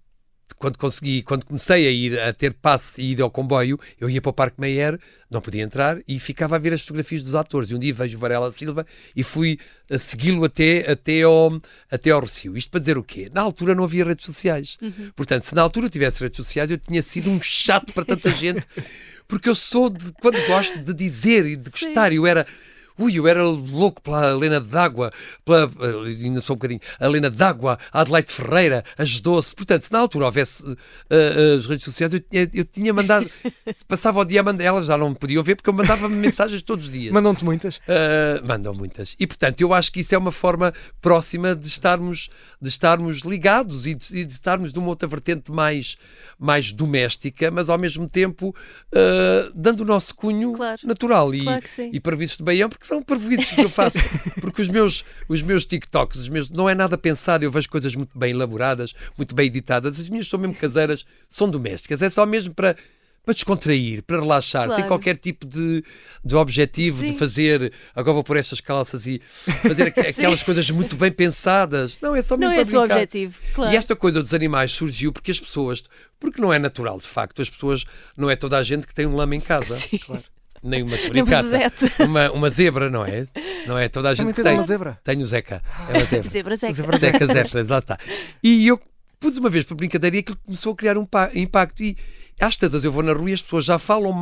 Speaker 3: comecei a ter passe e ir ao comboio, eu ia para o Parque Mayer, não podia entrar e ficava a ver as fotografias dos atores. E um dia vejo o Varela Silva e fui a segui-lo até ao Rossio. Isto para dizer o quê? Na altura não havia redes sociais. Portanto, se na altura eu tivesse redes sociais, eu tinha sido um chato para tanta gente, porque eu sou quando gosto de dizer e de gostar. Eu era louco pela Helena d'Água, ainda sou um bocadinho, a Helena d'Água, a Adelaide Ferreira, ajudou-se. Portanto, se na altura houvesse as redes sociais, eu tinha mandado, passava o dia a mandar, elas já não me podiam ver porque eu mandava-me mensagens todos os dias.
Speaker 2: Mandam-te muitas?
Speaker 3: Mandam muitas. E, portanto, eu acho que isso é uma forma próxima de estarmos ligados e de estarmos numa outra vertente mais doméstica, mas ao mesmo tempo dando o nosso cunho natural.
Speaker 1: Claro que sim.
Speaker 3: E parvoices de Baião, porque são parvoices que eu faço. Porque os meus TikToks, não é nada pensado, eu vejo coisas muito bem elaboradas, muito bem editadas. As minhas são mesmo caseiras, são domésticas. É só mesmo para descontrair, para relaxar, sem qualquer tipo de objetivo de fazer, agora vou por estas calças e fazer aquelas coisas muito bem pensadas. Não, é só mesmo para brincar.
Speaker 1: Não é o objetivo, claro.
Speaker 3: E esta coisa dos animais surgiu porque as pessoas, porque não é natural, de facto, as pessoas, não é toda a gente que tem um lama em casa.
Speaker 1: Sim.
Speaker 2: Claro.
Speaker 3: Nem uma suricata, uma zebra, não é? Não é toda a gente que tem.
Speaker 2: Uma zebra?
Speaker 3: Tenho Zeca, é uma zebra.
Speaker 1: Zeca,
Speaker 3: lá está. E eu pus uma vez para brincadeira e aquilo começou a criar um impacto. E às tantas eu vou na rua e as pessoas já falam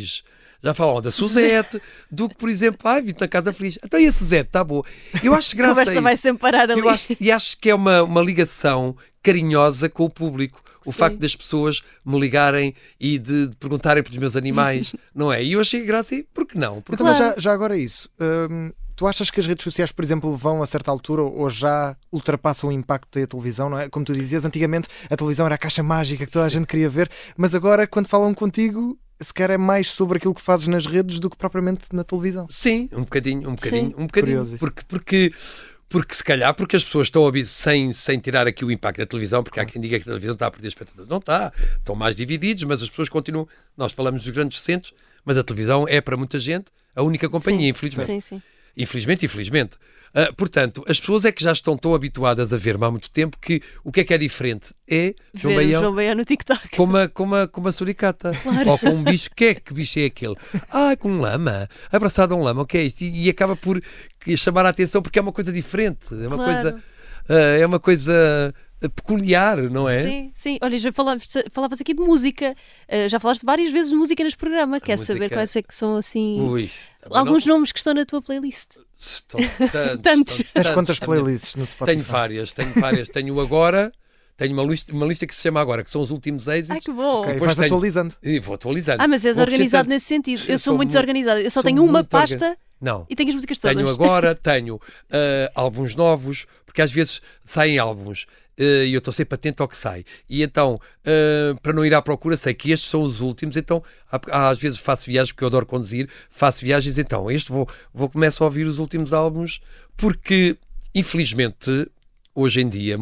Speaker 3: da Suzete do que, por exemplo, vim na Casa Feliz. Então e a Suzete, está boa. Eu acho graça a
Speaker 1: conversa vai sempre parar ali.
Speaker 3: Acho que é uma ligação carinhosa com o público. O facto das pessoas me ligarem e de perguntarem pelos meus animais, não é? E eu achei graça e por que não?
Speaker 2: Então, mas já agora isso. Tu achas que as redes sociais, por exemplo, vão a certa altura ou já ultrapassam o impacto da televisão, não é? Como tu dizias, antigamente a televisão era a caixa mágica que toda a gente queria ver, mas agora quando falam contigo, se calhar é mais sobre aquilo que fazes nas redes do que propriamente na televisão.
Speaker 3: Sim, um bocadinho.
Speaker 2: Curioso.
Speaker 3: Porque se calhar, porque as pessoas estão sem tirar aqui o impacto da televisão, porque há quem diga que a televisão está a perder espectadores. Não está, estão mais divididos, mas as pessoas continuam. Nós falamos dos grandes centros, mas a televisão é para muita gente a única companhia, infelizmente.
Speaker 1: Sim.
Speaker 3: Infelizmente, infelizmente. Portanto, as pessoas é que já estão tão habituadas a ver-me há muito tempo que o que é diferente? É
Speaker 1: Ver o João Baião no TikTok.
Speaker 3: com uma suricata.
Speaker 1: Claro.
Speaker 3: Ou com um bicho. Que bicho é aquele? Com um lama. Abraçado a um lama. O que é isto? E acaba por chamar a atenção porque é uma coisa diferente. É uma coisa peculiar, não é?
Speaker 1: Sim, sim. Olha, já falavas aqui de música. Já falaste várias vezes de música neste programa. Quer saber quais é que são assim...
Speaker 3: Ui,
Speaker 1: alguns nomes que estão na tua playlist?
Speaker 3: Estão
Speaker 1: Tantos.
Speaker 2: Tens quantas playlists no Spotify?
Speaker 3: Tenho várias. Tenho agora... Tenho uma lista que se chama Agora, que são os últimos êxitos.
Speaker 1: Ai, que bom.
Speaker 2: Okay, vais atualizando.
Speaker 3: E vou atualizando.
Speaker 1: Mas és organizado nesse sentido. Eu sou muito desorganizada. Eu só tenho uma pasta e tenho as músicas todas.
Speaker 3: Tenho agora, tenho álbuns novos, porque às vezes saem álbuns e eu estou sempre atento ao que sai. E então, para não ir à procura, sei que estes são os últimos, então às vezes faço viagens, porque eu adoro conduzir, faço viagens, então começo a ouvir os últimos álbuns, porque infelizmente hoje em dia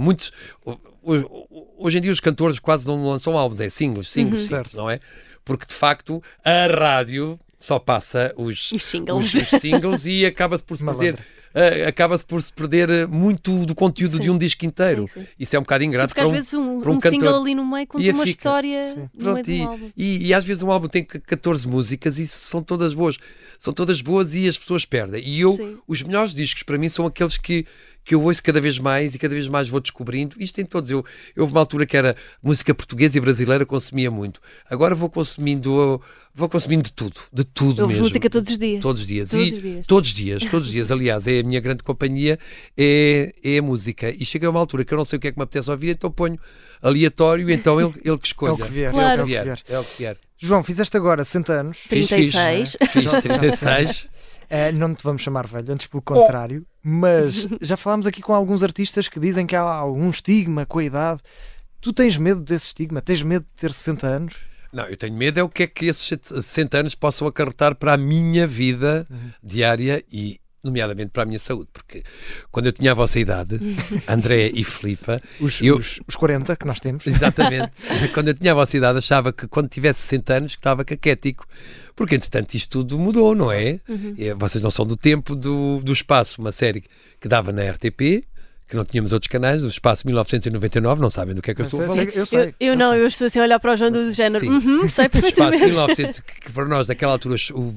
Speaker 3: os cantores quase não lançam álbuns, é singles, não é? Porque de facto a rádio só passa os singles e acaba-se por se perder muito do conteúdo de um disco inteiro. Sim. Isso é um bocado ingrato
Speaker 1: porque às vezes um single ali no meio conta uma história no meio de um álbum.
Speaker 3: E às vezes um álbum tem 14 músicas e são todas boas. São todas boas e as pessoas perdem. E os melhores discos para mim são aqueles que eu ouço cada vez mais e cada vez mais vou descobrindo. Isto em todos. Houve uma altura que era música portuguesa e brasileira, consumia muito. Agora vou consumindo de tudo mesmo.
Speaker 1: Ouves música todos os dias?
Speaker 3: Todos os dias. Aliás, é a minha grande companhia, é a música. E chega a uma altura que eu não sei o que é que me apetece ouvir, então ponho aleatório, então ele que escolha.
Speaker 2: É o que vier.
Speaker 1: Claro.
Speaker 3: É o que vier.
Speaker 2: João, fizeste agora 60 anos.
Speaker 1: 36.
Speaker 3: Fiz 36.
Speaker 2: Não te vamos chamar velho, antes pelo contrário, mas já falámos aqui com alguns artistas que dizem que há algum estigma com a idade. Tu tens medo desse estigma? Tens medo de ter 60 anos?
Speaker 3: Não, eu tenho medo o que é que esses 60 anos possam acarretar para a minha vida diária e nomeadamente para a minha saúde, porque quando eu tinha a vossa idade, André e Filipa...
Speaker 2: Os 40 que nós temos.
Speaker 3: Exatamente. Quando eu tinha a vossa idade, achava que quando tivesse 60 anos que estava caquético. Porque, entretanto, isto tudo mudou, não é? Vocês não são do tempo do Espaço, uma série que dava na RTP, que não tínhamos outros canais, o Espaço 1999, não sabem do que é que eu estou a falar.
Speaker 2: Eu sei.
Speaker 1: Eu estou assim a olhar para o João do género. Sei
Speaker 3: perfeitamente. O Espaço 1900, que para nós, naquela altura, o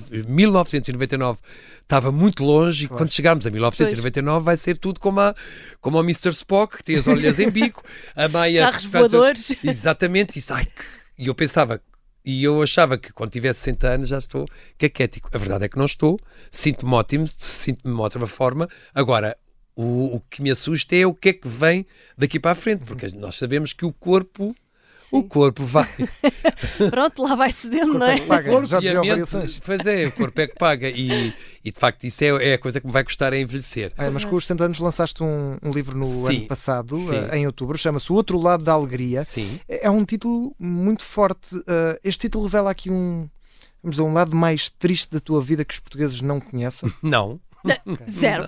Speaker 3: 1999 estava muito longe, e quando chegarmos a 1999 vai ser tudo como o Mr. Spock, que tem as orelhas em bico, a Maia...
Speaker 1: Carros voadores.
Speaker 3: Exatamente, isso. E eu pensava... E eu achava que quando tivesse 60 anos já estou caquético. A verdade é que não estou. Sinto-me ótimo, sinto-me de outra forma. Agora, o que me assusta é o que é que vem daqui para a frente, porque nós sabemos que o corpo vai...
Speaker 1: Pronto, lá vai cedendo, não é?
Speaker 3: O corpo e a mente, pois é, o corpo é que paga e de facto isso é a coisa que me vai custar a envelhecer.
Speaker 2: Mas com os 60 anos lançaste um livro no ano passado, em outubro, chama-se O Outro Lado da Alegria.
Speaker 3: Sim.
Speaker 2: É um título muito forte. Este título revela aqui um lado mais triste da tua vida que os portugueses não conhecem?
Speaker 3: Não.
Speaker 1: Zero.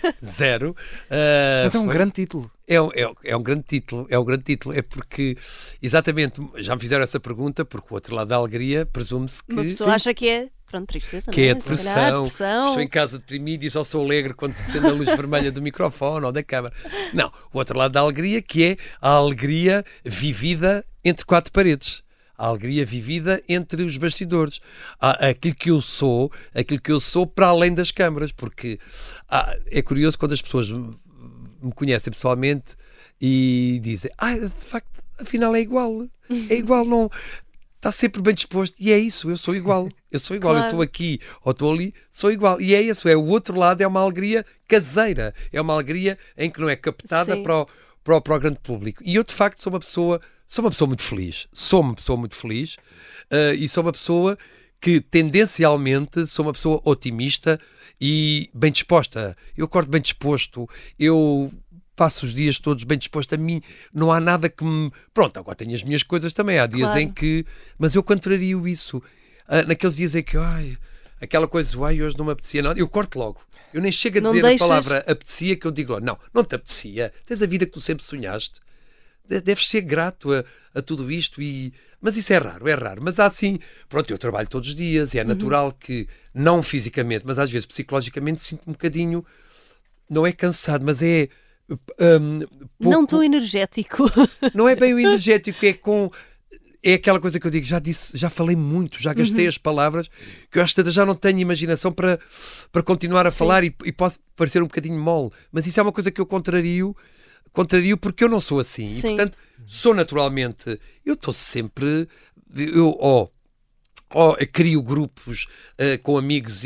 Speaker 2: Mas é um grande título.
Speaker 3: É um grande título. É porque, exatamente, já me fizeram essa pergunta, porque o outro lado da alegria presume-se que...
Speaker 1: Uma pessoa acha que é, tristeza,
Speaker 3: que
Speaker 1: não é?
Speaker 3: É depressão. Estou em casa deprimido e só sou alegre quando se acende a luz vermelha do microfone ou da câmara. Não, o outro lado da alegria, que é a alegria vivida entre quatro paredes. A alegria vivida entre os bastidores. Aquilo que eu sou para além das câmaras, porque é curioso quando as pessoas me conhecem pessoalmente e dizem, de facto, afinal é igual, não, está sempre bem disposto, e é isso, eu sou igual, claro. Eu estou aqui ou estou ali, sou igual, e é isso, é o outro lado, é uma alegria caseira, é uma alegria em que não é captada para o grande público. E eu, de facto, sou uma pessoa muito feliz. E sou uma pessoa que, tendencialmente, sou uma pessoa otimista e bem disposta. Eu acordo bem disposto. Eu passo os dias todos bem disposto. A mim não há nada que me... Pronto, agora tenho as minhas coisas também. Há dias em que... Mas eu contrario isso. Naqueles dias em que... aquela coisa, hoje não me apetecia nada. Eu corto logo. Eu nem chego a dizer a palavra apetecia, que eu digo logo, não te apetecia. Tens a vida que tu sempre sonhaste. deves ser grato a tudo isto. Mas isso é raro. Mas há assim, pronto, eu trabalho todos os dias e é natural que, não fisicamente, mas às vezes psicologicamente, sinto um bocadinho, não é cansado, mas é...
Speaker 1: não tão energético.
Speaker 3: Não é bem o energético, é aquela coisa que eu digo, já falei muito, já gastei as palavras, que eu acho que já não tenho imaginação para continuar a falar e posso parecer um bocadinho mole. Mas isso é uma coisa que eu contrario porque eu não sou assim. E, portanto, sou naturalmente... Eu estou sempre... Eu crio grupos com amigos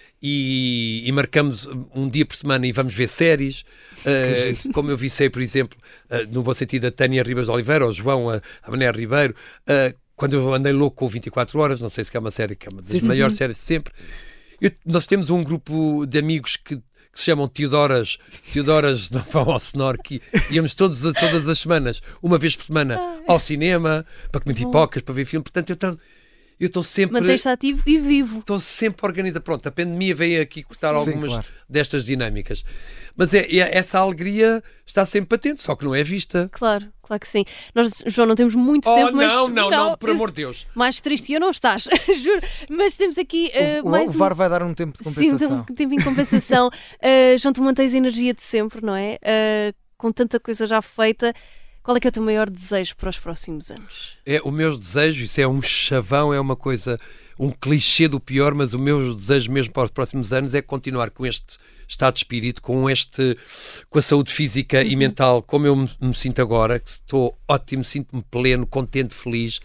Speaker 3: e marcamos um dia por semana e vamos ver séries, como eu vicei, por exemplo, no bom sentido, a Tânia Ribas de Oliveira, ou João, a Mané Ribeiro, quando eu andei louco com 24 horas, não sei se é uma série que é uma das maiores séries de sempre. Nós temos um grupo de amigos que se chamam Teodoras não vão ao Senor, que íamos todas as semanas, uma vez por semana, ao cinema, para comer pipocas, para ver filme. Portanto, eu estou sempre...
Speaker 1: Mantém-se ativo e vivo.
Speaker 3: Estou sempre organizado. Pronto, a pandemia veio aqui cortar algumas destas dinâmicas. Mas essa alegria está sempre patente, só que não é vista.
Speaker 1: Claro que sim. Nós, João, não temos muito tempo, mas...
Speaker 3: Não, por amor de Deus.
Speaker 1: Mais triste eu não estás, juro. Mas temos aqui mais
Speaker 2: o VAR vai dar um tempo de compensação.
Speaker 1: Sim, um tempo em compensação. João, tu mantens a energia de sempre, não é? Com tanta coisa já feita. Qual é que é o teu maior desejo para os próximos anos?
Speaker 3: O meu desejo, isso é um chavão, é uma coisa, um clichê do pior, mas o meu desejo mesmo para os próximos anos é continuar com este estado de espírito, com a saúde física e mental, como eu me sinto agora, que estou ótimo, sinto-me pleno, contente, feliz,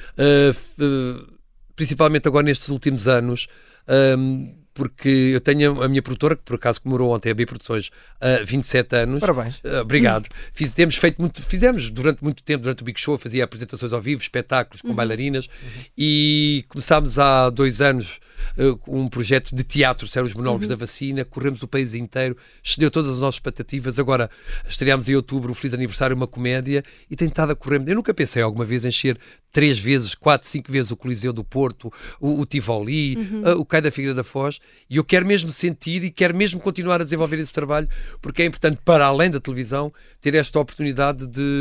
Speaker 3: principalmente agora nestes últimos anos, porque eu tenho a minha produtora, que por acaso comemorou ontem a B Produções 27 anos.
Speaker 2: Parabéns.
Speaker 3: Obrigado. Fizemos durante muito tempo, durante o Big Show, fazia apresentações ao vivo, espetáculos com bailarinas, e começámos há 2 anos um projeto de teatro, eram os monólogos da vacina, corremos o país inteiro, excedeu todas as nossas expectativas. Agora estreámos em outubro o Feliz Aniversário, uma comédia, e tem estado a correr. Eu nunca pensei alguma vez em encher 3 vezes, 4, 5 vezes o Coliseu do Porto, o Tivoli, o Cais da Figueira da Foz, e eu quero mesmo sentir e quero mesmo continuar a desenvolver esse trabalho, porque é importante, para além da televisão, ter esta oportunidade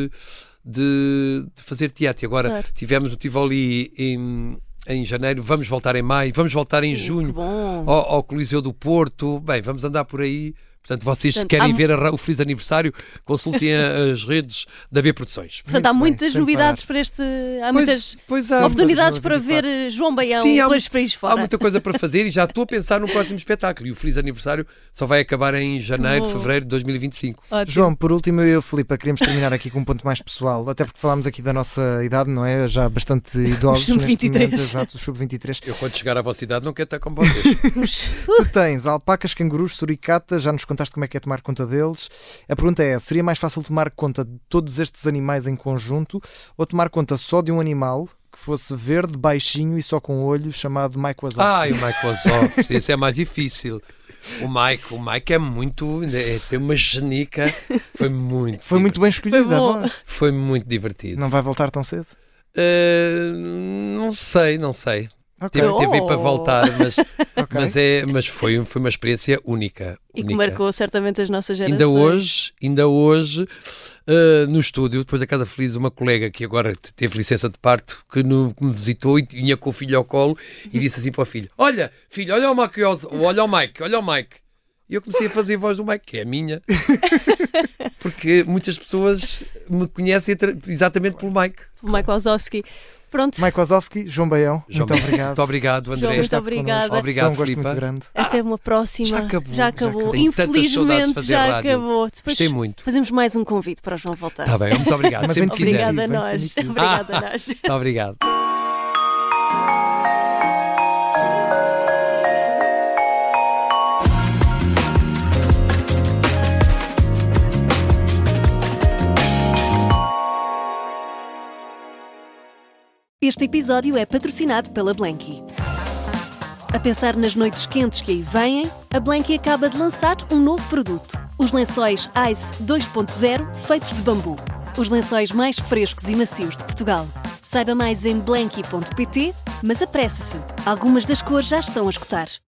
Speaker 3: de fazer teatro. E agora tivemos o Tivoli em janeiro, vamos voltar em maio, vamos voltar em junho ao Coliseu do Porto. Bem, vamos andar por aí. Portanto, vocês, se querem ver o Feliz Aniversário, consultem as redes da B Produções.
Speaker 1: Portanto, há muitas novidades para este... Há muitas oportunidades para ver João Baião pelos países fora.
Speaker 3: Há muita coisa para fazer e já estou a pensar no próximo espetáculo. E o Feliz Aniversário só vai acabar em janeiro, fevereiro de 2025.
Speaker 2: Ótimo. João, por último, eu e a Filipa queríamos terminar aqui com um ponto mais pessoal, até porque falámos aqui da nossa idade, não é? Já bastante idosos neste momento. Exato, os sub-23.
Speaker 3: Eu, quando chegar à vossa idade, não quero estar com vocês.
Speaker 2: Tu tens alpacas, cangurus, suricatas, já nos contaste como é que é tomar conta deles. A pergunta é, seria mais fácil tomar conta de todos estes animais em conjunto ou tomar conta só de um animal que fosse verde, baixinho e só com olho, chamado Mike Wazowski?
Speaker 3: O Mike Wazowski, esse é mais difícil. O Mike é muito... tem uma genica. Foi muito
Speaker 2: bem escolhido a voz.
Speaker 3: Foi muito divertido.
Speaker 2: Não vai voltar tão cedo?
Speaker 3: Não sei. Okay. Teve para voltar, mas foi uma experiência única.
Speaker 1: E que marcou certamente as nossas gerações.
Speaker 3: Ainda hoje no estúdio, depois da Casa Feliz, uma colega que agora teve licença de parto, que me visitou e vinha com o filho ao colo e disse assim para o filho: olha, filho, olha o Mike. E eu comecei a fazer a voz do Mike, que é a minha, porque muitas pessoas me conhecem exatamente pelo Mike.
Speaker 1: O Mike Wazowski. Pronto.
Speaker 2: Mike Wazowski, João Baião, muito obrigado.
Speaker 3: Muito obrigado, André.
Speaker 1: João, muito obrigada.
Speaker 3: Obrigado,
Speaker 2: Foi um gosto muito grande.
Speaker 1: Até uma próxima.
Speaker 3: Já acabou.
Speaker 1: Infelizmente já acabou. Depois
Speaker 3: gostei muito.
Speaker 1: Fazemos mais um convite para o João voltar.
Speaker 3: Está bem, muito obrigado. Sempre quiser.
Speaker 1: Obrigada a nós. Obrigada a nós.
Speaker 3: Muito obrigado.
Speaker 1: Este episódio é patrocinado pela Blanky. A pensar nas noites quentes que aí vêm, a Blanky acaba de lançar um novo produto. Os lençóis Ice 2.0 feitos de bambu. Os lençóis mais frescos e macios de Portugal. Saiba mais em blanky.pt, mas apresse-se. Algumas das cores já estão a esgotar.